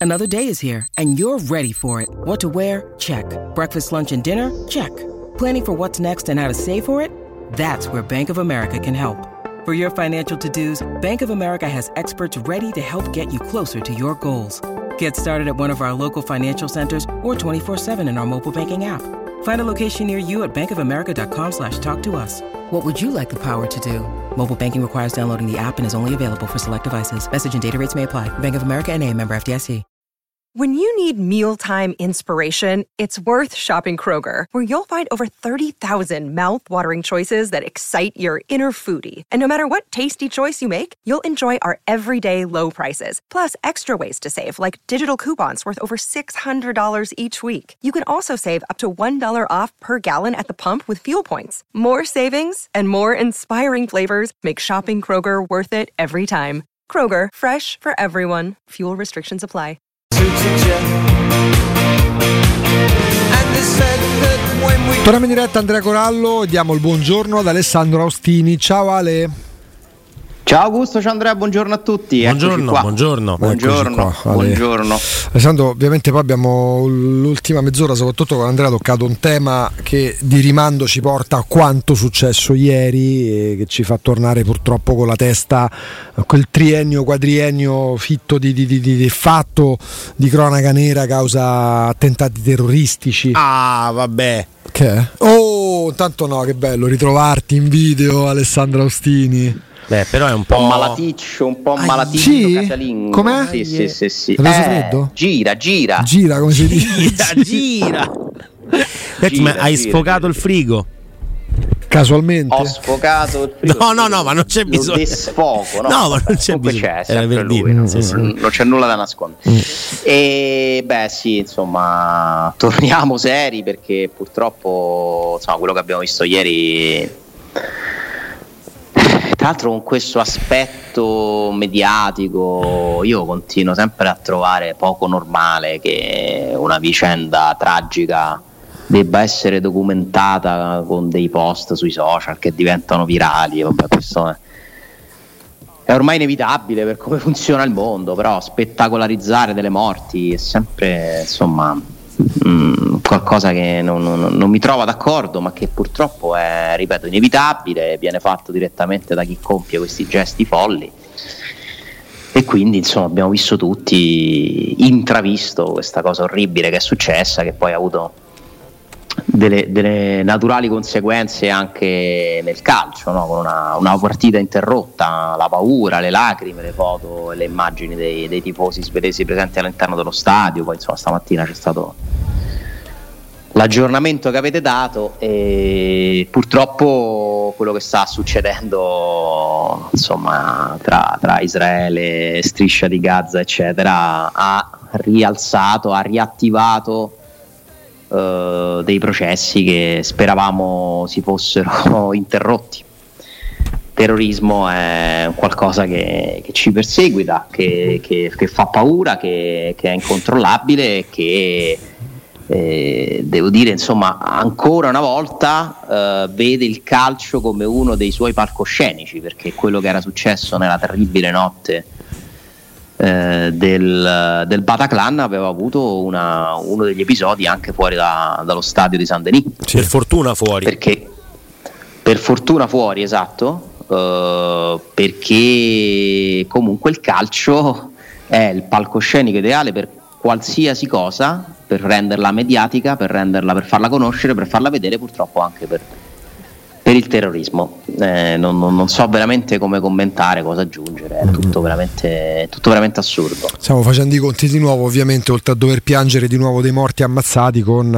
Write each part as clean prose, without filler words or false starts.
Another day is here, and you're ready for it. What to wear? Check. Breakfast, lunch, and dinner? Check. Planning for what's next and how to save for it? That's where Bank of America can help. For your financial to-dos, Bank of America has experts ready to help get you closer to your goals. Get started at one of our local financial centers or 24/7 in our mobile banking app. Find a location near you at bankofamerica.com/talktous. What would you like the power to do? Mobile banking requires downloading the app and is only available for select devices. Message and data rates may apply. Bank of America N.A., member FDIC. When you need mealtime inspiration, it's worth shopping Kroger, where you'll find over 30,000 mouth-watering choices that excite your inner foodie. And no matter what tasty choice you make, you'll enjoy our everyday low prices, plus extra ways to save, like digital coupons worth over $600 each week. You can also save up to $1 off per gallon at the pump with fuel points. More savings and more inspiring flavors make shopping Kroger worth it every time. Kroger, fresh for everyone. Fuel restrictions apply. Torniamo in diretta, Andrea Corallo, diamo il buongiorno ad Alessandro Austini. Ciao Ale. Ciao Augusto, ciao Andrea, buongiorno a tutti. Buongiorno. Buongiorno. Alessandro, ovviamente poi abbiamo l'ultima mezz'ora, soprattutto con Andrea, ha toccato un tema che di rimando ci porta a quanto successo ieri e che ci fa tornare purtroppo con la testa a quel quadriennio fitto di fatto di cronaca nera causa attentati terroristici. Ah, vabbè. Che è? Oh, tanto no, che bello ritrovarti in video, Alessandro Austini. Beh, però è un po' malaticcio, sì? casalingo. Com'è? Sì. Hai preso freddo? Gira, come si dice? Gira. Ma hai sfocato il frigo? Casualmente? Ho sfocato il frigo. No, ma non c'è bisogno. Desfoco, no? No, ma non c'è bisogno. C'è sempre lui, non c'è nulla da nascondere. E beh, sì, insomma, torniamo seri perché purtroppo, insomma, quello che abbiamo visto ieri, tra l'altro con questo aspetto mediatico, io continuo sempre a trovare poco normale che una vicenda tragica debba essere documentata con dei post sui social che diventano virali. Vabbè, questo è ormai inevitabile per come funziona il mondo, però spettacolarizzare delle morti è sempre, insomma, qualcosa che non mi trova d'accordo, ma che purtroppo è, ripeto, inevitabile, viene fatto direttamente da chi compie questi gesti folli, e quindi insomma abbiamo visto tutti, intravisto questa cosa orribile che è successa, che poi ha avuto delle naturali conseguenze anche nel calcio, no? Con una partita interrotta, la paura, le lacrime, le foto e le immagini dei tifosi svedesi presenti all'interno dello stadio. Poi insomma stamattina c'è stato l'aggiornamento che avete dato e purtroppo quello che sta succedendo, insomma, tra Israele, striscia di Gaza eccetera, ha riattivato dei processi che speravamo si fossero interrotti. Terrorismo è qualcosa che ci perseguita, che fa paura, che è incontrollabile e che devo dire, insomma, ancora una volta vede il calcio come uno dei suoi palcoscenici, perché quello che era successo nella terribile notte del Bataclan aveva avuto uno degli episodi anche fuori dallo stadio di Saint-Denis. Sì. Per fortuna fuori, esatto, perché comunque il calcio è il palcoscenico ideale per qualsiasi cosa, per renderla mediatica, per farla conoscere, per farla vedere, purtroppo anche per il terrorismo. Non so veramente come commentare, cosa aggiungere, è tutto veramente assurdo. Stiamo facendo i conti di nuovo, ovviamente, oltre a dover piangere di nuovo dei morti ammazzati, con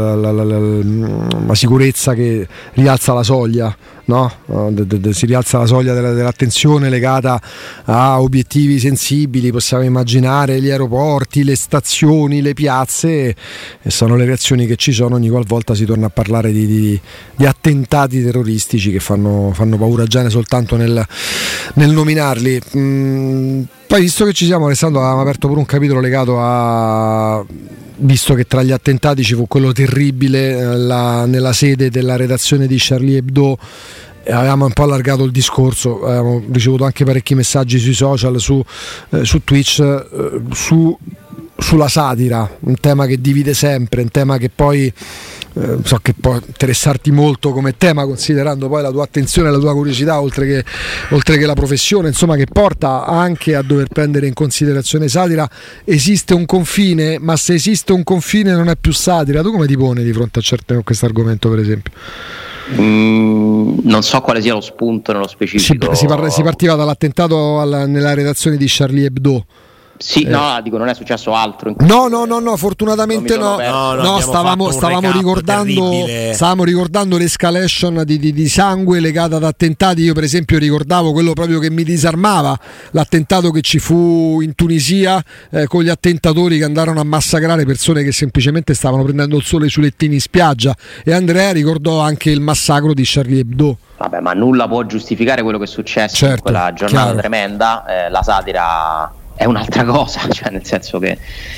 la sicurezza che rialza la soglia, no? Si rialza la soglia dell'attenzione legata a obiettivi sensibili. Possiamo immaginare gli aeroporti, le stazioni, le piazze, e sono le reazioni che ci sono ogni qualvolta si torna a parlare di attentati terroristici che fanno paura già soltanto nel nominarli. Poi, visto che ci siamo, Alessandro, avevamo aperto pure un capitolo legato a, visto che tra gli attentati ci fu quello terribile nella sede della redazione di Charlie Hebdo, avevamo un po' allargato il discorso, avevamo ricevuto anche parecchi messaggi sui social, su Twitch, sulla satira, un tema che divide sempre, un tema che poi so che può interessarti molto come tema, considerando poi la tua attenzione e la tua curiosità, oltre che la professione, insomma, che porta anche a dover prendere in considerazione satira. Esiste un confine, ma se esiste un confine non è più satira. Tu come ti poni di fronte a questo argomento, per esempio? Non so quale sia lo spunto nello specifico. Si partiva dall'attentato nella redazione di Charlie Hebdo. Sì, no, dico, non è successo altro. No, fortunatamente no. Stavamo ricordando l'escalation di sangue legata ad attentati. Io per esempio ricordavo quello proprio che mi disarmava, l'attentato che ci fu in Tunisia, con gli attentatori che andarono a massacrare persone che semplicemente stavano prendendo il sole sui lettini in spiaggia, e Andrea ricordò anche il massacro di Charlie Hebdo. Vabbè, ma nulla può giustificare quello che è successo in quella giornata, chiaro, tremenda. La satira è un'altra cosa, cioè nel senso che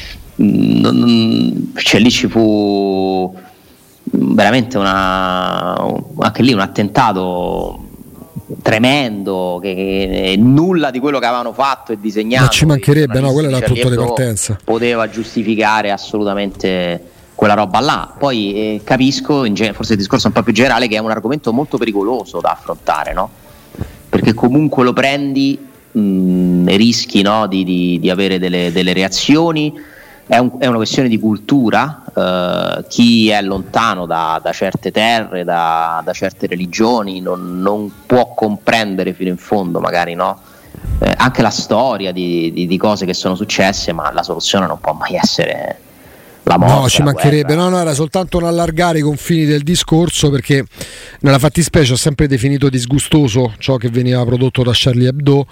lì ci fu veramente anche lì un attentato tremendo, che nulla di quello che avevano fatto e disegnato, ma ci mancherebbe, no, quello era il punto di partenza, poteva giustificare assolutamente quella roba là. Poi capisco, forse il discorso è un po' più generale, che è un argomento molto pericoloso da affrontare, no? Perché comunque lo prendi, rischi, no, di avere delle reazioni. È una questione di cultura. Chi è lontano da certe terre, da certe religioni, non può comprendere fino in fondo, magari, no, anche la storia di cose che sono successe, ma la soluzione non può mai essere la morte. No, ci mancherebbe, no, era soltanto un allargare i confini del discorso, perché nella fattispecie ho sempre definito disgustoso ciò che veniva prodotto da Charlie Hebdo.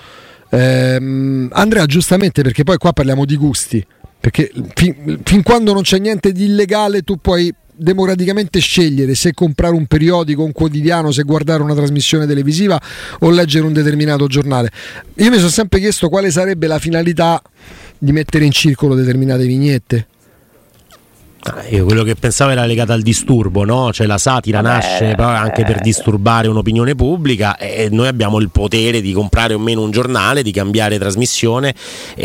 Andrea, giustamente, perché poi qua parliamo di gusti, perché fin quando non c'è niente di illegale tu puoi democraticamente scegliere se comprare un periodico, un quotidiano, se guardare una trasmissione televisiva o leggere un determinato giornale. Io mi sono sempre chiesto quale sarebbe la finalità di mettere in circolo determinate vignette. Io quello che pensavo era legato al disturbo, no? Cioè la satira nasce anche per disturbare un'opinione pubblica, e noi abbiamo il potere di comprare o meno un giornale, di cambiare trasmissione,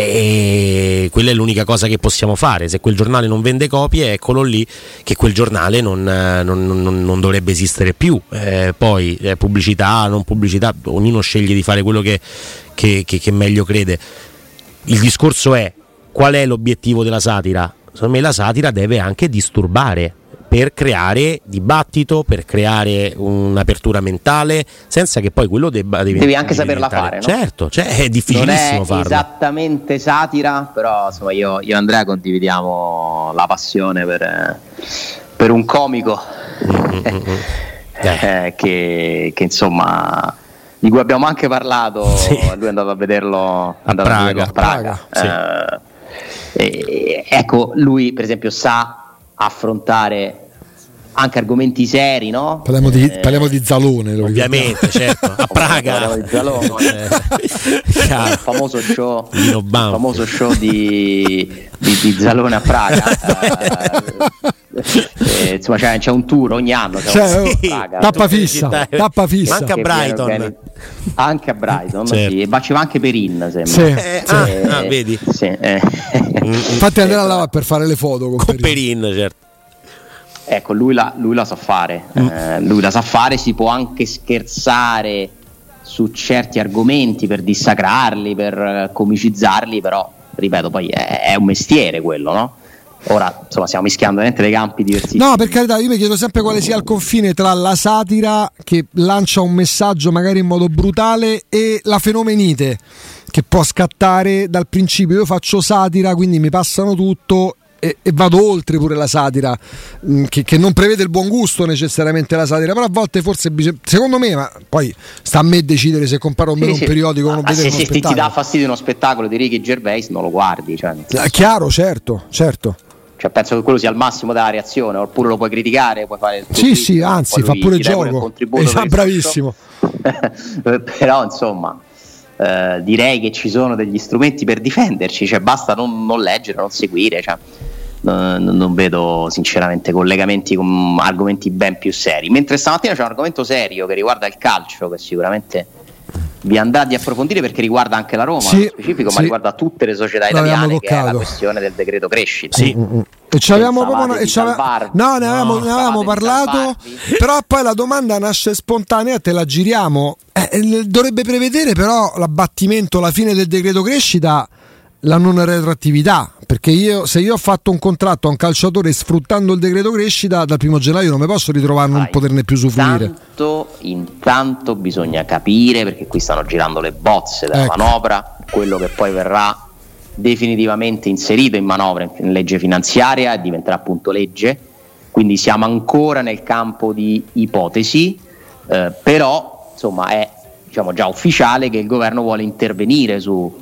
e quella è l'unica cosa che possiamo fare. Se quel giornale non vende copie, eccolo lì che quel giornale non dovrebbe esistere più. Poi pubblicità, non pubblicità, ognuno sceglie di fare quello che meglio crede. Il discorso è: qual è l'obiettivo della satira? Secondo me la satira deve anche disturbare, per creare dibattito, per creare un'apertura mentale, senza che poi quello devi anche saperla fare, no? Certo, cioè è difficilissimo farlo. Non è esattamente satira, però insomma io e Andrea condividiamo la passione per un comico che insomma, di cui abbiamo anche parlato. Sì. Lui è andato a vederlo a Praga. Sì. Ecco, lui per esempio sa affrontare anche argomenti seri, no? Parliamo di Zalone, ovviamente, certo, a Praga. Parliamo di Zalone, il famoso show di Zalone a Praga. Insomma c'è un tour ogni anno, Praga, tappa fissa. Anche a Brighton, certo. Sì, ma ci va anche Perin, sembra. Sì. Vedi? Sì. Infatti andare là per fare le foto con Perin, certo. Ecco, lui la sa fare. Lui la sa fare, si può anche scherzare su certi argomenti per dissacrarli, per comicizzarli, però ripeto, poi è un mestiere quello, no? Ora insomma stiamo mischiando veramente dei campi diversissimi. No, per carità, io mi chiedo sempre quale sia il confine tra la satira che lancia un messaggio magari in modo brutale e la fenomenite che può scattare dal principio: io faccio satira, quindi mi passano tutto e vado oltre pure la satira, che non prevede il buon gusto necessariamente la satira, però a volte forse secondo me, ma poi sta a me decidere se comprare o meno un periodico o non vedere uno spettacolo. Se ti dà fastidio uno spettacolo di Ricky Gervais non lo guardi, cioè, chiaro, certo. Cioè, penso che quello sia il massimo della reazione, oppure lo puoi criticare, puoi fare sì, anzi fa pure gioco, bravissimo. Però insomma direi che ci sono degli strumenti per difenderci, cioè basta non leggere, non seguire, cioè, non vedo sinceramente collegamenti con argomenti ben più seri. Mentre stamattina c'è un argomento serio che riguarda il calcio, che sicuramente vi andrà di approfondire perché riguarda anche la Roma nello specifico, ma riguarda tutte le società italiane, che è la questione del decreto crescita. Sì. E ci avevamo ne avevamo parlato, però poi la domanda nasce spontanea, te la giriamo. Dovrebbe prevedere però l'abbattimento, la fine del decreto crescita, la non retroattività, perché se io ho fatto un contratto a un calciatore sfruttando il decreto crescita, dal 1 gennaio non mi posso ritrovare a non poterne più usufruire. Intanto bisogna capire, perché qui stanno girando le bozze della manovra, quello che poi verrà definitivamente inserito in manovra, in legge finanziaria, e diventerà appunto legge, quindi siamo ancora nel campo di ipotesi, però insomma è già ufficiale che il governo vuole intervenire su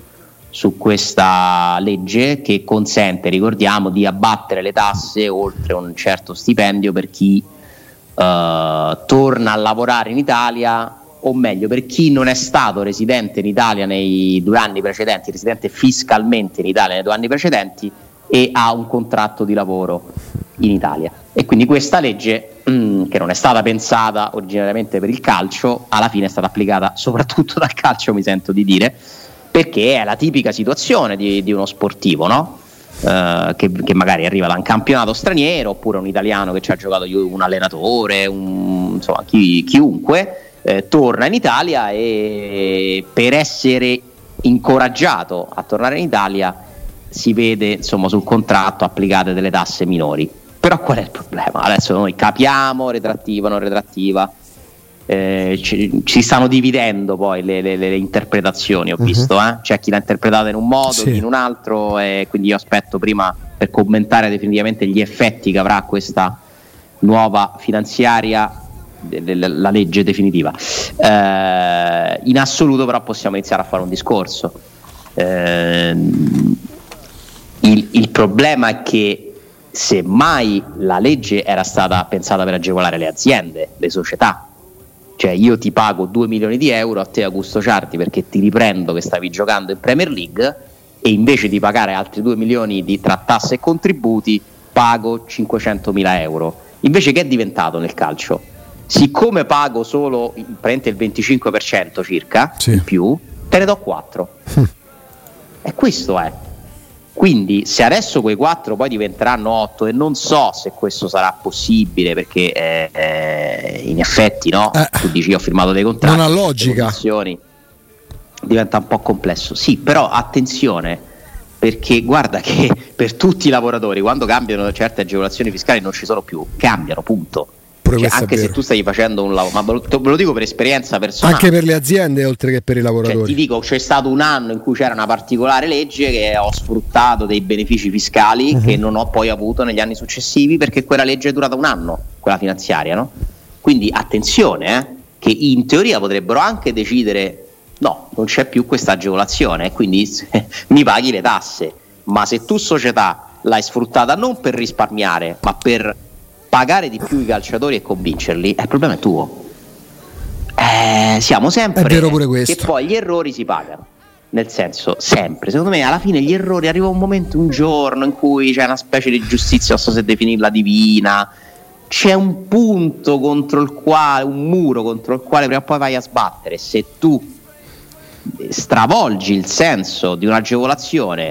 questa legge che consente, ricordiamo, di abbattere le tasse oltre un certo stipendio per chi torna a lavorare in Italia, o meglio per chi non è stato residente in Italia nei 2 anni precedenti, residente fiscalmente in Italia nei 2 anni precedenti e ha un contratto di lavoro in Italia. E quindi questa legge, che non è stata pensata originariamente per il calcio, alla fine è stata applicata soprattutto dal calcio, mi sento di dire, perché è la tipica situazione di uno sportivo, no? Che magari arriva da un campionato straniero, oppure un italiano che ci ha giocato un allenatore, insomma chiunque, torna in Italia e per essere incoraggiato a tornare in Italia si vede insomma sul contratto applicate delle tasse minori. Però qual è il problema? Adesso noi capiamo retrattiva, non retrattiva, ci stanno dividendo poi le interpretazioni, ho visto, c'è chi l'ha interpretata in un modo, chi in un altro, e quindi io aspetto prima per commentare definitivamente gli effetti che avrà questa nuova finanziaria, la legge definitiva. In assoluto però possiamo iniziare a fare un discorso. Il problema è che semmai la legge era stata pensata per agevolare le aziende, le società, cioè io ti pago 2 milioni di euro a te, Augusto Ciardi, perché ti riprendo che stavi giocando in Premier League, e invece di pagare altri 2 milioni tra tasse e contributi pago 500.000 euro. Invece che è diventato nel calcio? Siccome pago solo il 25% circa in più, te ne do 4. E questo è. Quindi se adesso quei 4 poi diventeranno 8, e non so se questo sarà possibile, perché in effetti tu dici ho firmato dei contratti, non ha logica, diventa un po' complesso. Sì, però attenzione, perché guarda che per tutti i lavoratori quando cambiano certe agevolazioni fiscali non ci sono più, cambiano, punto. Cioè, anche se tu stai facendo un lavoro, ma ve lo dico per esperienza personale, anche per le aziende oltre che per i lavoratori. Cioè, ti dico, c'è stato un anno in cui c'era una particolare legge che ho sfruttato dei benefici fiscali che non ho poi avuto negli anni successivi, perché quella legge è durata un anno, quella finanziaria, no? Quindi attenzione, che in teoria potrebbero anche decidere no, non c'è più questa agevolazione, quindi mi paghi le tasse, ma se tu società l'hai sfruttata non per risparmiare ma per pagare di più i calciatori e convincerli, il problema è tuo. Siamo sempre, è vero pure questo, che poi gli errori si pagano, nel senso, sempre, secondo me alla fine gli errori, arriva un momento, un giorno in cui c'è una specie di giustizia, non so se definirla divina, c'è un punto contro il quale, un muro contro il quale prima o poi vai a sbattere. Se tu stravolgi il senso di un'agevolazione,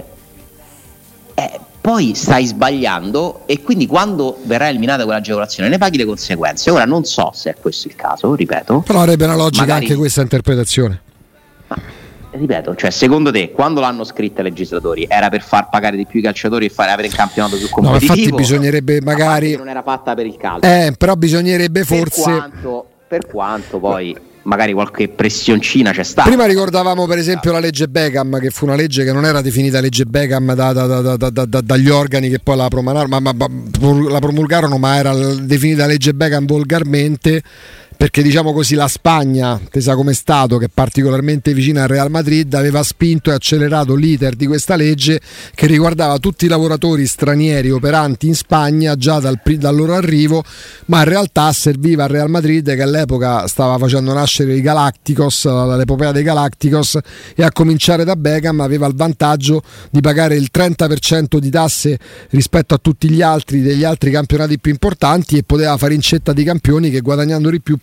poi stai sbagliando, e quindi quando verrà eliminata quell'agevolazione ne paghi le conseguenze. Ora non so se è questo il caso, ripeto, però avrebbe una logica magari, anche questa interpretazione. Ma, ripeto, cioè secondo te quando l'hanno scritta i legislatori era per far pagare di più i calciatori e avere un campionato più competitivo? No, infatti bisognerebbe magari, non era fatta per il calcio, però bisognerebbe forse, per quanto poi magari qualche pressioncina c'è stata. Prima ricordavamo per esempio la legge Beckham, che fu una legge che non era definita legge Beckham dagli organi che poi la promulgarono, ma era definita legge Beckham volgarmente, perché diciamo così la Spagna, tesa come Stato, che è particolarmente vicina al Real Madrid, aveva spinto e accelerato l'iter di questa legge che riguardava tutti i lavoratori stranieri operanti in Spagna già dal loro arrivo, ma in realtà serviva al Real Madrid, che all'epoca stava facendo nascere i Galacticos, l'epopea dei Galacticos, e a cominciare da Beckham aveva il vantaggio di pagare il 30% di tasse rispetto a tutti gli altri degli altri campionati più importanti, e poteva fare incetta di campioni che, guadagnando di più,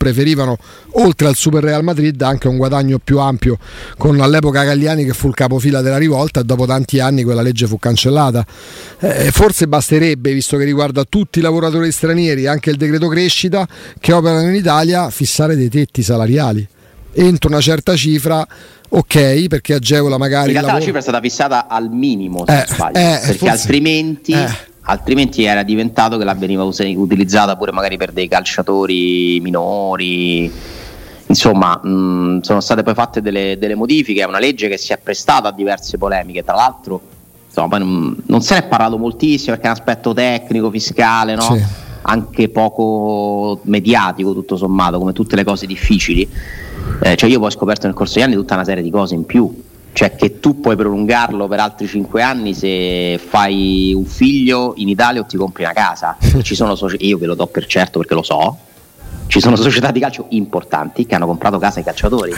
preferivano, oltre al Super Real Madrid, anche un guadagno più ampio con all'epoca Galliani che fu il capofila della rivolta, e dopo tanti anni quella legge fu cancellata. Forse basterebbe, visto che riguarda tutti i lavoratori stranieri, anche il decreto crescita, che operano in Italia, fissare dei tetti salariali entro una certa cifra, ok, perché agevola magari in realtà la cifra è stata fissata al minimo, se non sbaglio, perché forse... altrimenti era diventato che la veniva utilizzata pure magari per dei calciatori minori. Insomma, sono state poi fatte delle modifiche. È una legge che si è prestata a diverse polemiche, tra l'altro insomma, poi non se ne è parlato moltissimo perché è un aspetto tecnico, fiscale, no? Sì. Anche poco mediatico, tutto sommato, come tutte le cose difficili. Cioè io poi ho scoperto nel corso degli anni tutta una serie di cose in più, cioè che tu puoi prolungarlo per altri 5 anni se fai un figlio in Italia o ti compri una casa. Ci sono io ve lo do per certo perché lo so, ci sono società di calcio importanti che hanno comprato casa ai calciatori.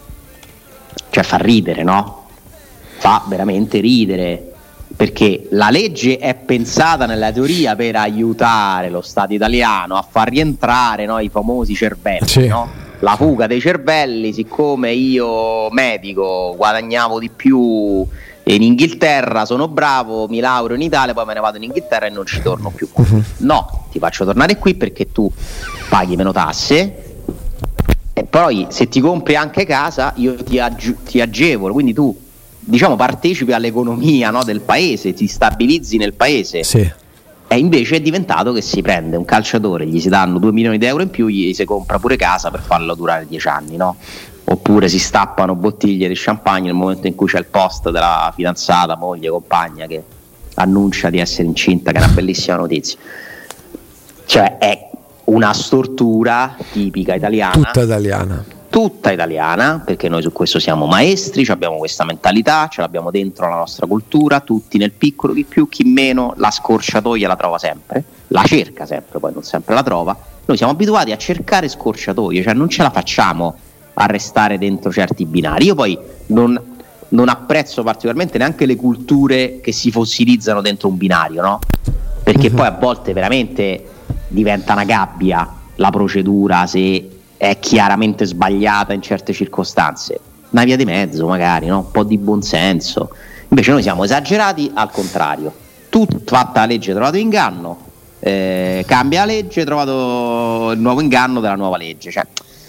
Cioè fa ridere, no? Fa veramente ridere, perché la legge è pensata nella teoria per aiutare lo Stato italiano a far rientrare, no, i famosi cervelli, sì, no? La fuga dei cervelli. Siccome io medico guadagnavo di più in Inghilterra, sono bravo, mi laureo in Italia, poi me ne vado in Inghilterra e non ci torno più. No, ti faccio tornare qui perché tu paghi meno tasse e poi se ti compri anche casa io ti agevolo, quindi tu, diciamo, partecipi all'economia, no, del paese, ti stabilizzi nel paese. Sì. E invece è diventato che si prende un calciatore, gli si danno 2 milioni di euro in più, gli si compra pure casa per farlo durare 10 anni, no? Oppure si stappano bottiglie di champagne nel momento in cui c'è il post della fidanzata, moglie, compagna che annuncia di essere incinta, che è una bellissima notizia. Cioè è una stortura tipica italiana, tutta italiana, perché noi su questo siamo maestri, abbiamo questa mentalità, ce l'abbiamo dentro la nostra cultura, tutti nel piccolo, chi più chi meno, la scorciatoia la trova sempre, la cerca sempre, poi non sempre la trova. Noi siamo abituati a cercare scorciatoie, cioè non ce la facciamo a restare dentro certi binari. Io poi non apprezzo particolarmente neanche le culture che si fossilizzano dentro un binario, no? Perché poi a volte veramente diventa una gabbia la procedura se è chiaramente sbagliata in certe circostanze. Una via di mezzo magari, no? Un po' di buonsenso. Invece noi siamo esagerati al contrario. Fatta la legge trovato inganno, cambia la legge, trovato il nuovo inganno della nuova legge, cioè,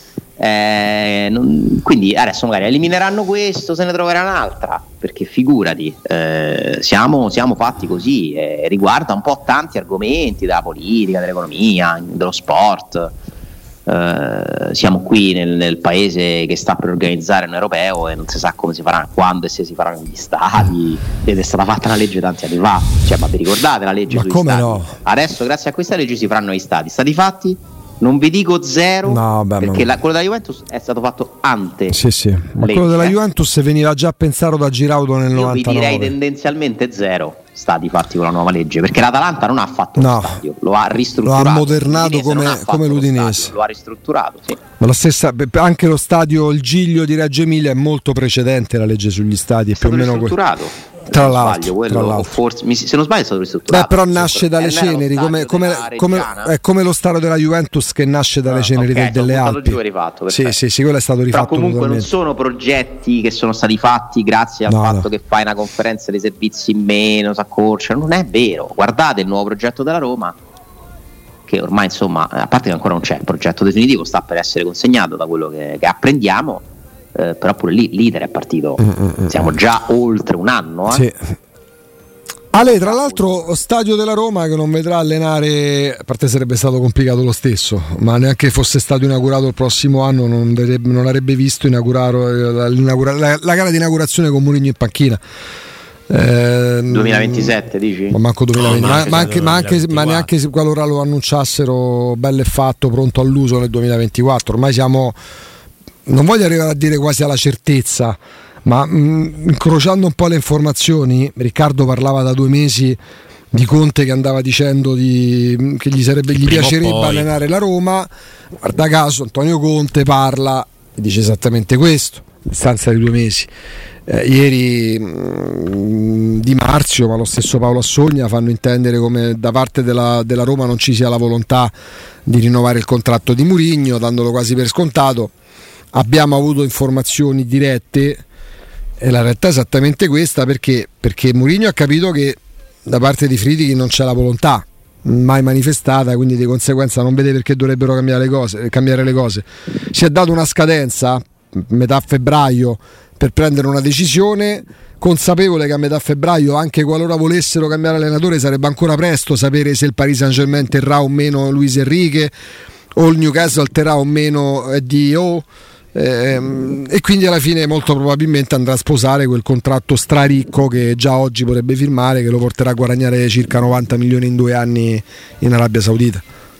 quindi adesso magari elimineranno questo, se ne troverà un'altra, perché figurati, siamo fatti così, riguarda un po' tanti argomenti della politica, dell'economia, dello sport. Siamo qui nel paese che sta per organizzare un europeo e non si sa come si farà, quando e se si faranno gli stadi, ed è stata fatta una legge tanti anni fa, cioè, ma vi ricordate la legge sugli stadi? No? Adesso grazie a questa legge si faranno gli stadi fatti. Non vi dico zero, no, perché quello della Juventus è stato fatto ante. Sì. Ma quello della Juventus veniva già pensato da Giraudo nel 99. Io vi direi tendenzialmente zero stati fatti con la nuova legge, perché l'Atalanta non ha fatto lo stadio, lo ha ristrutturato, lo ha modernato come l'Udinese, stadio, lo ha ristrutturato, sì. Ma la stessa, anche lo stadio Il Giglio di Reggio Emilia è molto precedente alla legge sugli stadi, è più o meno ristrutturato. Tra l'altro. Forse, se non sbaglio è stato ristrutturato. Però nasce dalle ceneri, come lo stadio della Juventus che nasce dalle ceneri delle Alpi. Rifatto, sì, quello è stato rifatto. Però comunque totalmente. Non sono progetti che sono stati fatti grazie al fatto che fai una conferenza dei servizi in meno, s'accorcia. Non è vero. Guardate il nuovo progetto della Roma, che ormai, insomma, a parte che ancora non c'è il progetto definitivo, sta per essere consegnato da quello che apprendiamo. Però pure lì l'iter è partito, siamo già oltre un anno. Sì. Ale, tra l'altro, stadio della Roma che non vedrà allenare, a parte sarebbe stato complicato lo stesso, ma neanche fosse stato inaugurato il prossimo anno non avrebbe visto inaugurare la gara di inaugurazione con Mourinho in panchina. 2027 dici? Ma manco 2020, ma neanche qualora lo annunciassero bello e fatto, pronto all'uso nel 2024. Ormai siamo, non voglio arrivare a dire quasi alla certezza, ma incrociando un po' le informazioni, Riccardo parlava da 2 mesi di Conte che andava dicendo che gli piacerebbe allenare la Roma. Guarda caso Antonio Conte parla e dice esattamente questo. distanza di 2 mesi. Ieri Di Marzio, ma lo stesso Paolo Assogna fanno intendere come da parte della Roma non ci sia la volontà di rinnovare il contratto di Mourinho, dandolo quasi per scontato. Abbiamo avuto informazioni dirette e la realtà è esattamente questa, perché Mourinho ha capito che da parte di Friedrich non c'è la volontà mai manifestata, quindi di conseguenza non vede perché dovrebbero cambiare le cose. Si è dato una scadenza metà febbraio per prendere una decisione, consapevole che a metà febbraio, anche qualora volessero cambiare allenatore, sarebbe ancora presto sapere se il Paris Saint-Germain terrà o meno Luis Enrique o il Newcastle terrà o meno Dio, e quindi alla fine molto probabilmente andrà a sposare quel contratto straricco che già oggi potrebbe firmare, che lo porterà a guadagnare circa 90 milioni in 2 anni in Arabia Saudita.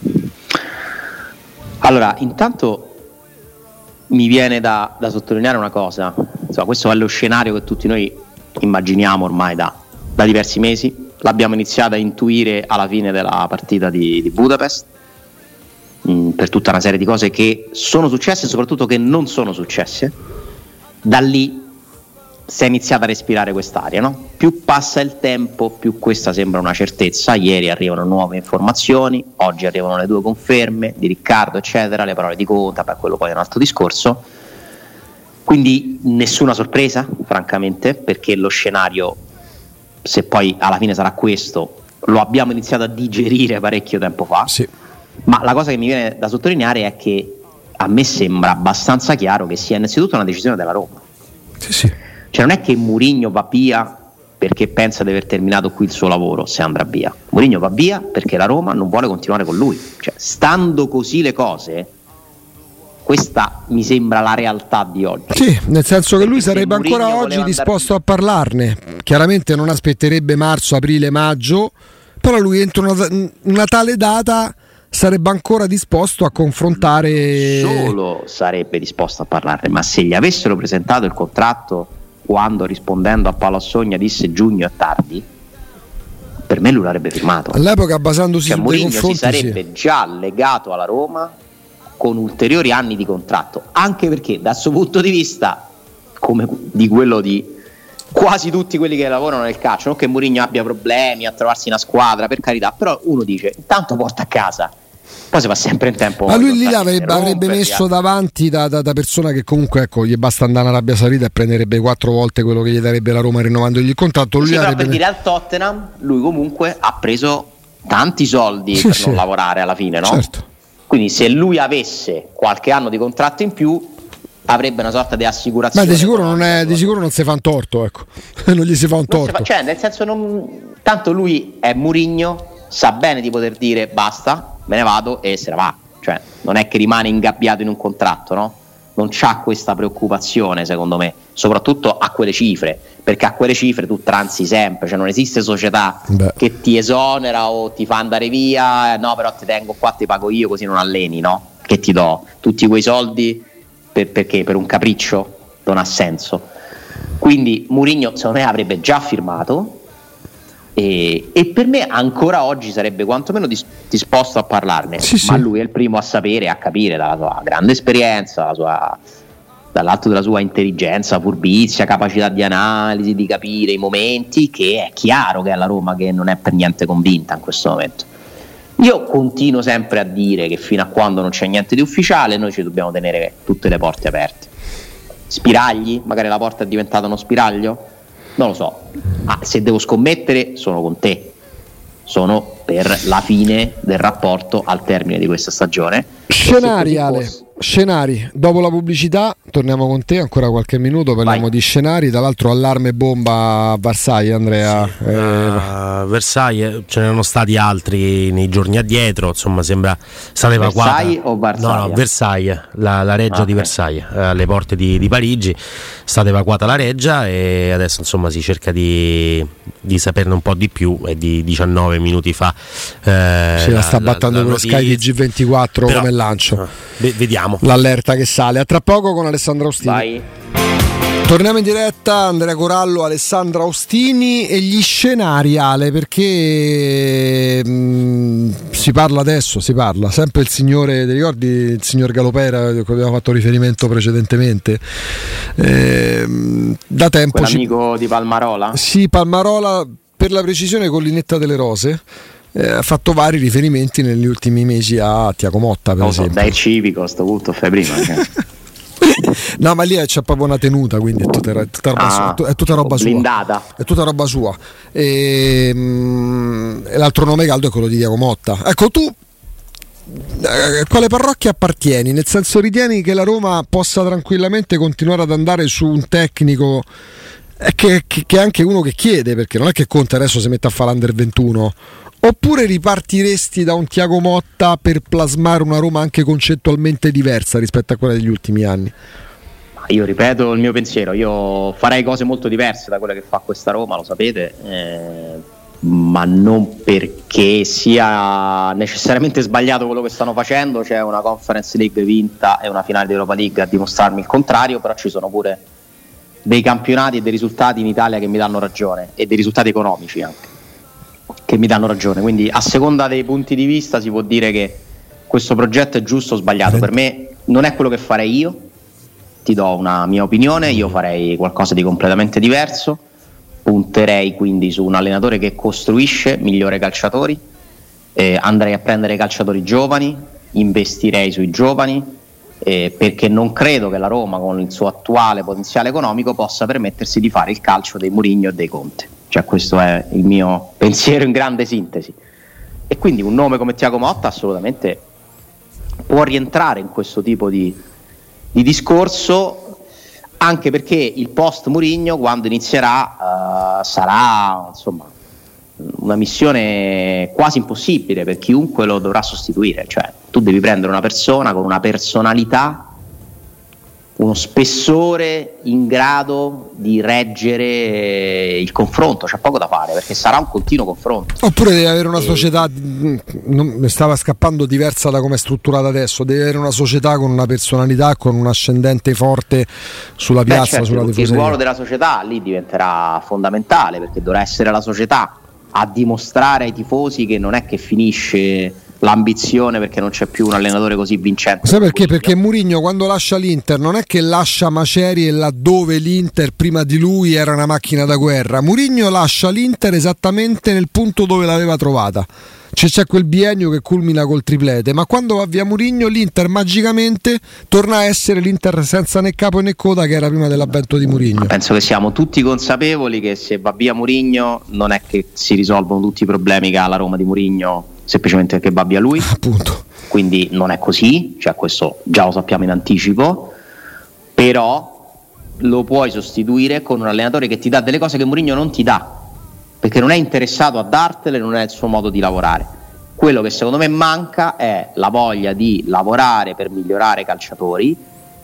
Allora, intanto mi viene da sottolineare una cosa. Insomma, questo è lo scenario che tutti noi immaginiamo ormai da diversi mesi. L'abbiamo iniziato a intuire alla fine della partita di Budapest, per tutta una serie di cose che sono successe e soprattutto che non sono successe. Da lì si è iniziata a respirare quest'aria, no? Più passa il tempo, più questa sembra una certezza. Ieri arrivano nuove informazioni, oggi arrivano le 2 conferme di Riccardo, eccetera, le parole di Conte, quello poi è un altro discorso. Quindi nessuna sorpresa, francamente, perché lo scenario, se poi alla fine sarà questo, lo abbiamo iniziato a digerire parecchio tempo fa. Sì. Ma la cosa che mi viene da sottolineare è che a me sembra abbastanza chiaro che sia innanzitutto una decisione della Roma. Sì. Cioè non è che Mourinho va via perché pensa di aver terminato qui il suo lavoro, se andrà via. Mourinho va via perché la Roma non vuole continuare con lui. Cioè, stando così le cose, questa mi sembra la realtà di oggi. Sì, nel senso che lui sarebbe Mourinho ancora oggi disposto a parlarne. Chiaramente non aspetterebbe marzo, aprile, maggio, però lui entro una tale data sarebbe ancora disposto a confrontare. Solo sarebbe disposto a parlarne, ma se gli avessero presentato il contratto quando, rispondendo a Paolo Assogna, disse giugno è tardi, per me lui l'avrebbe firmato. All'epoca, basandosi su dei Mourinho confronti, si sarebbe già legato alla Roma con ulteriori anni di contratto, anche perché dal suo punto di vista, come di quello di quasi tutti quelli che lavorano nel calcio, non che Mourinho abbia problemi a trovarsi una squadra, per carità, però uno dice intanto porta a casa, poi si va sempre in tempo. Ma lui lì avrebbe messo davanti da persona che comunque, ecco, gli basta andare in Arabia Saudita e prenderebbe 4 volte quello che gli darebbe la Roma rinnovandogli il contratto. Lui però per dire al Tottenham, lui comunque ha preso tanti soldi per non lavorare alla fine, no? Certo. Quindi se lui avesse qualche anno di contratto in più avrebbe una sorta di assicurazione. Ma di sicuro non si fa un torto, ecco. Non gli si fa un torto. Cioè, nel senso, tanto lui è Mourinho, sa bene di poter dire basta, me ne vado e se ne va. Cioè, non è che rimane ingabbiato in un contratto, no? Non c'ha questa preoccupazione, secondo me, soprattutto a quelle cifre, perché a quelle cifre tu transi sempre, cioè non esiste società che ti esonera o ti fa andare via, no, però ti tengo qua, ti pago io così non alleni, no? Che ti do tutti quei soldi perché per un capriccio non ha senso. Quindi Mourinho secondo me avrebbe già firmato e per me ancora oggi sarebbe quantomeno disposto a parlarne, ma lui è il primo a sapere e a capire dalla sua grande esperienza, dall'alto della sua intelligenza, furbizia, capacità di analisi, di capire i momenti, che è chiaro che è la Roma che non è per niente convinta in questo momento. Io continuo sempre a dire che fino a quando non c'è niente di ufficiale noi ci dobbiamo tenere tutte le porte aperte. Spiragli? Magari la porta è diventata uno spiraglio? Non lo so. Se devo scommettere sono con te. Sono per la fine del rapporto al termine di questa stagione. Scenari, Ale. Scenari. Dopo la pubblicità torniamo con te ancora qualche minuto, parliamo di scenari. Tra l'altro allarme bomba a Versailles, Andrea. Sì, a Versailles ce ne erano stati altri nei giorni addietro, insomma sembra stata evacuata. Versailles o Versailles? No, Versailles, la reggia di Versailles, alle porte di Parigi, è stata evacuata la reggia e adesso insomma si cerca di saperne un po' di più. E di 19 minuti fa se la sta battendo con Sky di G24 però, come lancio. Vediamo l'allerta che sale. A tra poco con Alessandro Ostini. Vai. Torniamo in diretta, Andrea Corallo, Alessandra Ostini e gli scenari, Ale, perché si parla sempre il signore, ti ricordi il signor Galopera, a cui abbiamo fatto riferimento precedentemente, da tempo. Quell'amico di Palmarola? Sì, Palmarola, per la precisione Collinetta delle Rose. Ha fatto vari riferimenti negli ultimi mesi a Tiago Motta, per esempio. Dai civico, a sto punto fai prima. No, ma lì c'è proprio una tenuta, quindi è tutta roba sua. Blindata. È tutta roba sua. E l'altro nome caldo è quello di Tiago Motta. Ecco, tu a quale parrocchia appartieni? Nel senso, ritieni che la Roma possa tranquillamente continuare ad andare su un tecnico che è anche uno che chiede, perché non è che Conte adesso si mette a fare l'Under 21, oppure ripartiresti da un Tiago Motta per plasmare una Roma anche concettualmente diversa rispetto a quella degli ultimi anni? Io ripeto il mio pensiero, io farei cose molto diverse da quelle che fa questa Roma, lo sapete, ma non perché sia necessariamente sbagliato quello che stanno facendo. C'è una Conference League vinta e una finale di Europa League a dimostrarmi il contrario, però ci sono pure dei campionati e dei risultati in Italia che mi danno ragione, e dei risultati economici anche che mi danno ragione, quindi a seconda dei punti di vista si può dire che questo progetto è giusto o sbagliato. Per me non è quello che farei io, ti do una mia opinione, io farei qualcosa di completamente diverso, punterei quindi su un allenatore che costruisce migliori calciatori, andrei a prendere calciatori giovani, investirei sui giovani, perché non credo che la Roma con il suo attuale potenziale economico possa permettersi di fare il calcio dei Mourinho e dei Conte. Cioè, questo è il mio pensiero in grande sintesi, e quindi un nome come Tiago Motta assolutamente può rientrare in questo tipo di discorso, anche perché il post Mourinho, quando inizierà, sarà insomma una missione quasi impossibile per chiunque lo dovrà sostituire. Cioè, tu devi prendere una persona con una personalità, uno spessore in grado di reggere il confronto. C'è poco da fare, perché sarà un continuo confronto. Oppure devi avere una società, mi stava scappando, diversa da come è strutturata adesso. Devi avere una società con una personalità, con un ascendente forte sulla piazza, certo, sulla tifoseria. Il ruolo della società lì diventerà fondamentale, perché dovrà essere la società a dimostrare ai tifosi che non è che finisce l'ambizione perché non c'è più un allenatore così vincente. Sai perché? Perché Mourinho, quando lascia l'Inter, non è che lascia macerie laddove l'Inter prima di lui era una macchina da guerra. Mourinho lascia l'Inter esattamente nel punto dove l'aveva trovata. C'è quel biennio che culmina col triplete, ma quando va via Mourinho l'Inter magicamente torna a essere l'Inter senza né capo né coda che era prima dell'avvento di Mourinho. Penso che siamo tutti consapevoli che se va via Mourinho non è che si risolvono tutti i problemi che ha la Roma di Mourinho semplicemente perché va via lui. Appunto. Quindi non è così, cioè questo già lo sappiamo in anticipo, però lo puoi sostituire con un allenatore che ti dà delle cose che Mourinho non ti dà, perché non è interessato a dartele, non è il suo modo di lavorare. Quello che secondo me manca è la voglia di lavorare per migliorare i calciatori,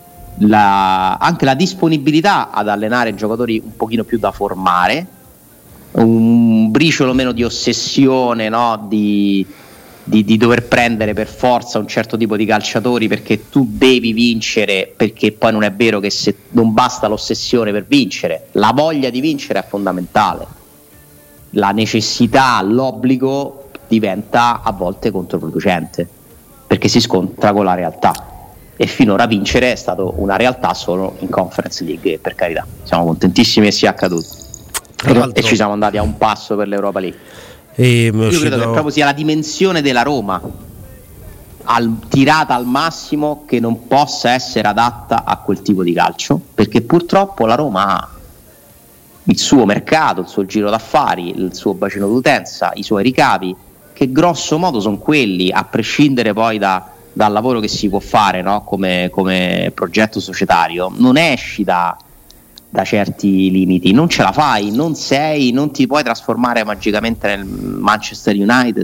anche la disponibilità ad allenare giocatori un pochino più da formare, un briciolo meno di ossessione, no? di dover prendere per forza un certo tipo di calciatori perché tu devi vincere, perché poi non è vero che se non basta l'ossessione per vincere, la voglia di vincere è fondamentale. La necessità, l'obbligo diventa a volte controproducente perché si scontra con la realtà, e finora vincere è stato una realtà solo in Conference League, e per carità siamo contentissimi che sia accaduto e ci siamo andati a un passo per l'Europa League. Io credo che proprio sia la dimensione della Roma tirata al massimo che non possa essere adatta a quel tipo di calcio, perché purtroppo la Roma ha il suo mercato, il suo giro d'affari, il suo bacino d'utenza, i suoi ricavi, che grosso modo sono quelli, a prescindere poi dal lavoro che si può fare, no? come progetto societario. Non esci da certi limiti, non ce la fai, non ti puoi trasformare magicamente nel Manchester United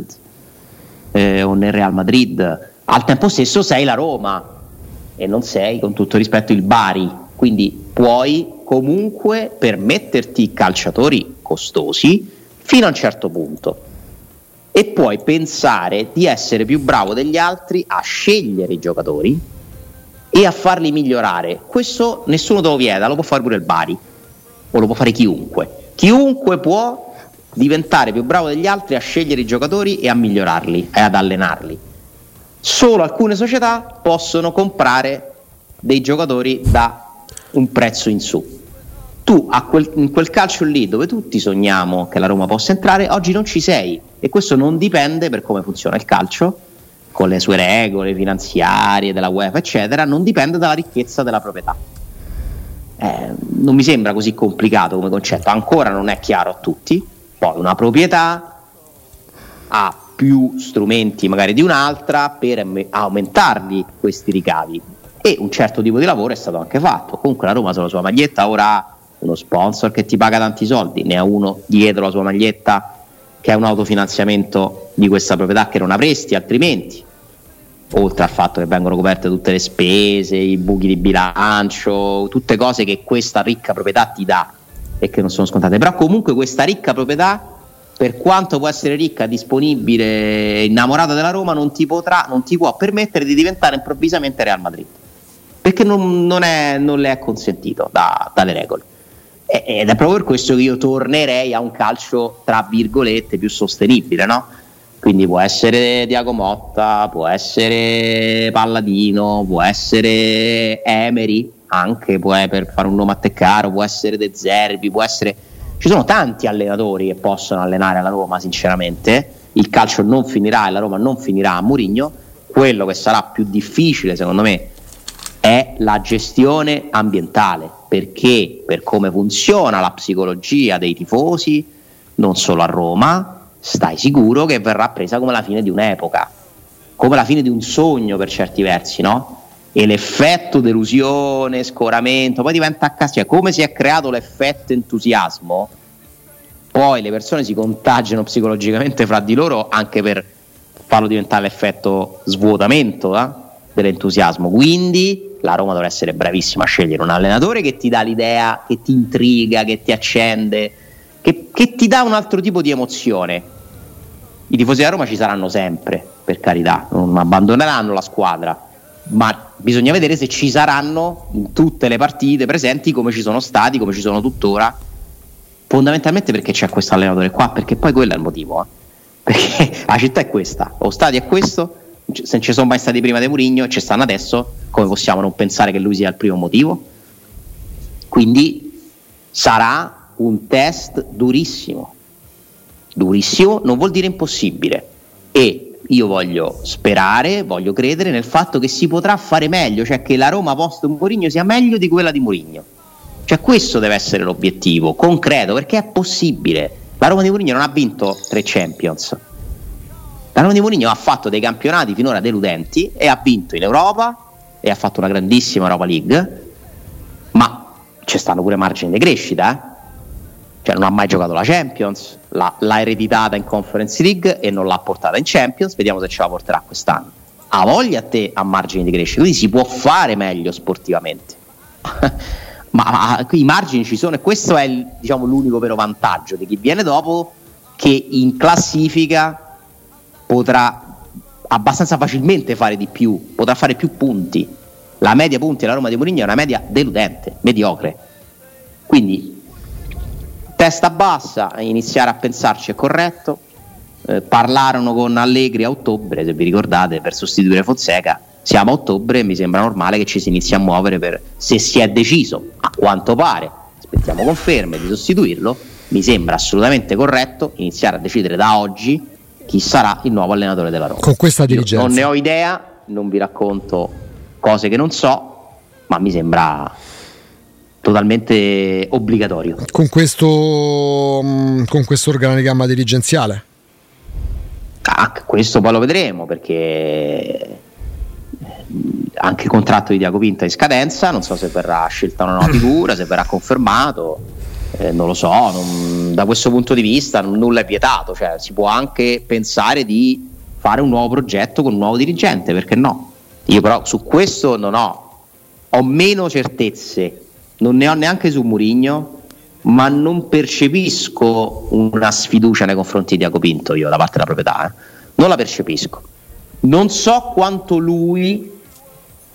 o nel Real Madrid. Al tempo stesso sei la Roma e non sei, con tutto rispetto, il Bari, quindi puoi comunque permetterti calciatori costosi fino a un certo punto, e puoi pensare di essere più bravo degli altri a scegliere i giocatori e a farli migliorare. Questo nessuno te lo vieta, lo può fare pure il Bari o lo può fare chiunque può diventare più bravo degli altri a scegliere i giocatori e a migliorarli e ad allenarli. Solo alcune società possono comprare dei giocatori da un prezzo in su. Tu in quel calcio lì dove tutti sogniamo che la Roma possa entrare, oggi non ci sei, e questo non dipende, per come funziona il calcio con le sue regole finanziarie della UEFA eccetera, non dipende dalla ricchezza della proprietà. Non mi sembra così complicato come concetto, ancora non è chiaro a tutti. Poi una proprietà ha più strumenti magari di un'altra per aumentargli questi ricavi, e un certo tipo di lavoro è stato anche fatto. Comunque la Roma sulla sua maglietta ora ha uno sponsor che ti paga tanti soldi, ne ha uno dietro la sua maglietta che è un autofinanziamento di questa proprietà che non avresti altrimenti, oltre al fatto che vengono coperte tutte le spese, i buchi di bilancio, tutte cose che questa ricca proprietà ti dà e che non sono scontate. Però comunque questa ricca proprietà, per quanto può essere ricca, disponibile, innamorata della Roma, non ti può permettere di diventare improvvisamente Real Madrid, perché non le è consentito dalle regole. Ed è proprio per questo che io tornerei a un calcio tra virgolette più sostenibile, no? Quindi può essere Thiago Motta, può essere Palladino, può essere Emery, anche per fare un nome a te caro, può essere De Zerbi, può essere... Ci sono tanti allenatori che possono allenare la Roma, sinceramente. Il calcio non finirà e la Roma non finirà a Mourinho. Quello che sarà più difficile, secondo me, è la gestione ambientale, perché per come funziona la psicologia dei tifosi, non solo a Roma, stai sicuro che verrà presa come la fine di un'epoca, come la fine di un sogno per certi versi, no? E l'effetto delusione, scoramento, poi diventa cioè, come si è creato l'effetto entusiasmo, poi le persone si contagiano psicologicamente fra di loro anche per farlo diventare l'effetto svuotamento dell'entusiasmo. Quindi la Roma dovrà essere bravissima a scegliere un allenatore che ti dà l'idea, che ti intriga, che ti accende, che ti dà un altro tipo di emozione. I tifosi della Roma ci saranno sempre, per carità, non abbandoneranno la squadra, ma bisogna vedere se ci saranno in tutte le partite presenti, come ci sono stati, come ci sono tuttora, fondamentalmente perché c'è questo allenatore qua, perché poi quello è il motivo, perché la città è questa, lo stadio è questo. Se non ci sono mai stati prima di Mourinho e ci stanno adesso, come possiamo non pensare che lui sia il primo motivo? Quindi sarà un test durissimo, non vuol dire impossibile, e io voglio credere nel fatto che si potrà fare meglio, cioè che la Roma post Mourinho sia meglio di quella di Mourinho, cioè questo deve essere l'obiettivo concreto, perché è possibile. La Roma di Mourinho non ha vinto 3 Champions, la Roma di Mourinho ha fatto dei campionati finora deludenti e ha vinto in Europa e ha fatto una grandissima Europa League, ma ci stanno pure margini di crescita, Cioè non ha mai giocato la Champions, l'ha ereditata in Conference League e non l'ha portata in Champions, vediamo se ce la porterà quest'anno. Ha voglia a margini di crescita, quindi si può fare meglio sportivamente. ma i margini ci sono, e questo è l'unico vero vantaggio di chi viene dopo, che in classifica potrà abbastanza facilmente fare di più, potrà fare più punti. La media punti della Roma di Mourinho è una media deludente, mediocre, quindi testa bassa, iniziare a pensarci è corretto. Parlarono con Allegri a ottobre, se vi ricordate, per sostituire Fonseca. Siamo a ottobre e mi sembra normale che ci si inizi a muovere se si è deciso, a quanto pare, aspettiamo conferme, di sostituirlo. Mi sembra assolutamente corretto iniziare a decidere da oggi chi sarà il nuovo allenatore della Roma. Con questa dirigenza. Io non ne ho idea, non vi racconto cose che non so, ma mi sembra totalmente obbligatorio. Con questo organigramma dirigenziale? Questo poi lo vedremo, perché anche il contratto di Thiago Pinto è in scadenza, non so se verrà scelta una nuova figura, se verrà confermato, non lo so, da questo punto di vista nulla è vietato, cioè si può anche pensare di fare un nuovo progetto con un nuovo dirigente, perché no? Io però su questo ho meno certezze, non ne ho neanche su Mourinho, ma non percepisco una sfiducia nei confronti di Thiago Pinto io da parte della proprietà, non la percepisco. Non so quanto lui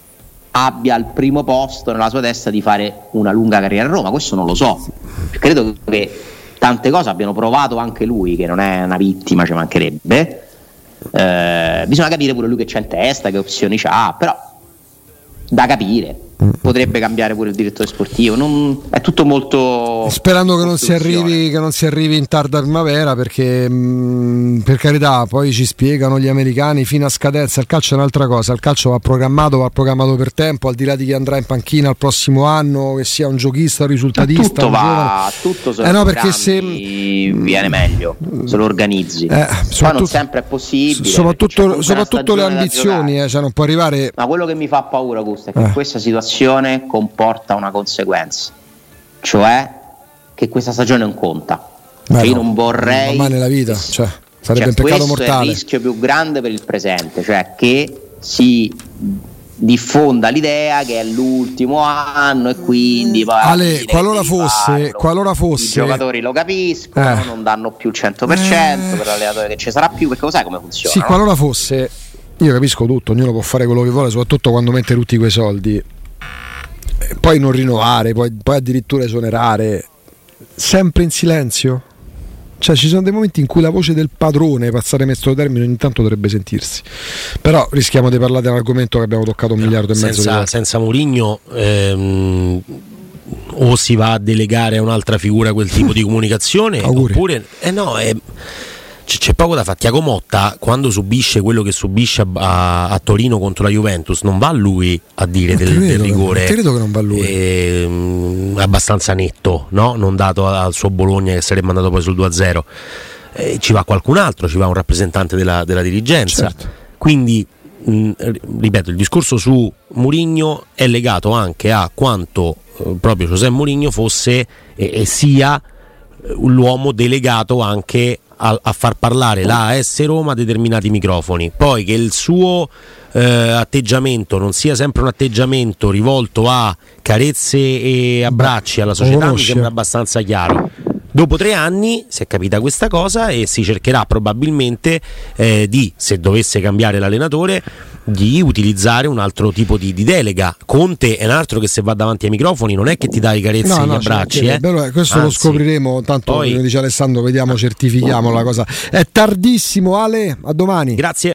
abbia al primo posto nella sua testa di fare una lunga carriera a Roma. Questo non lo so, credo che tante cose abbiano provato anche lui, che non è una vittima, ci mancherebbe. Bisogna capire pure lui che c'è in testa, che opzioni c'ha, però da capire. Potrebbe cambiare pure il direttore sportivo, è tutto molto, sperando che non si arrivi in tarda primavera, perché per carità, poi ci spiegano gli americani fino a scadenza, il calcio è un'altra cosa, il calcio va programmato per tempo, al di là di chi andrà in panchina il prossimo anno, che sia un giochista o risultatista, tutto se lo perché se viene meglio, se lo organizzi, poi non sempre è possibile, soprattutto le ambizioni, cioè non può arrivare. Ma quello che mi fa paura, Augusto, è che questa situazione comporta una conseguenza, cioè che questa stagione non conta. Io non vorrei mai nella vita, sarebbe un peccato mortale. Questo è il rischio più grande per il presente, cioè che si diffonda l'idea che è l'ultimo anno e quindi qualora fosse i giocatori lo capiscono, non danno più il 100% per l'allenatore che ci sarà più, perché lo sai come funziona. Sì, qualora fosse, io capisco tutto, ognuno può fare quello che vuole, soprattutto quando mette tutti quei soldi, poi non rinnovare, poi addirittura esonerare, sempre in silenzio. Cioè ci sono dei momenti in cui la voce del padrone, passare mezzo termine, ogni tanto dovrebbe sentirsi, però rischiamo di parlare di un argomento che abbiamo toccato 1,5 miliardi di volte. Senza Mourinho o si va a delegare a un'altra figura quel tipo di comunicazione oppure c'è poco da fare. Tiago Motta, quando subisce quello che subisce a Torino contro la Juventus, non va a lui a dire del rigore. Credo che non va a lui. Abbastanza netto, no? Non dato al suo Bologna, che sarebbe andato poi sul 2-0. Ci va qualcun altro, ci va un rappresentante della dirigenza. Certo. Quindi, ripeto, il discorso su Mourinho è legato anche a quanto proprio José Mourinho fosse e sia l'uomo delegato anche a far parlare la AS Roma a determinati microfoni. Poi che il suo atteggiamento non sia sempre un atteggiamento rivolto a carezze e abbracci alla società mi sembra abbastanza chiaro. Dopo 3 anni si è capita questa cosa e si cercherà probabilmente se dovesse cambiare l'allenatore, di utilizzare un altro tipo di delega. Conte è un altro che se va davanti ai microfoni non è che ti dà i carezzi e gli abbracci. Questo lo scopriremo, tanto poi, come dice Alessandro, vediamo, certifichiamo la cosa. È tardissimo, Ale, a domani. Grazie.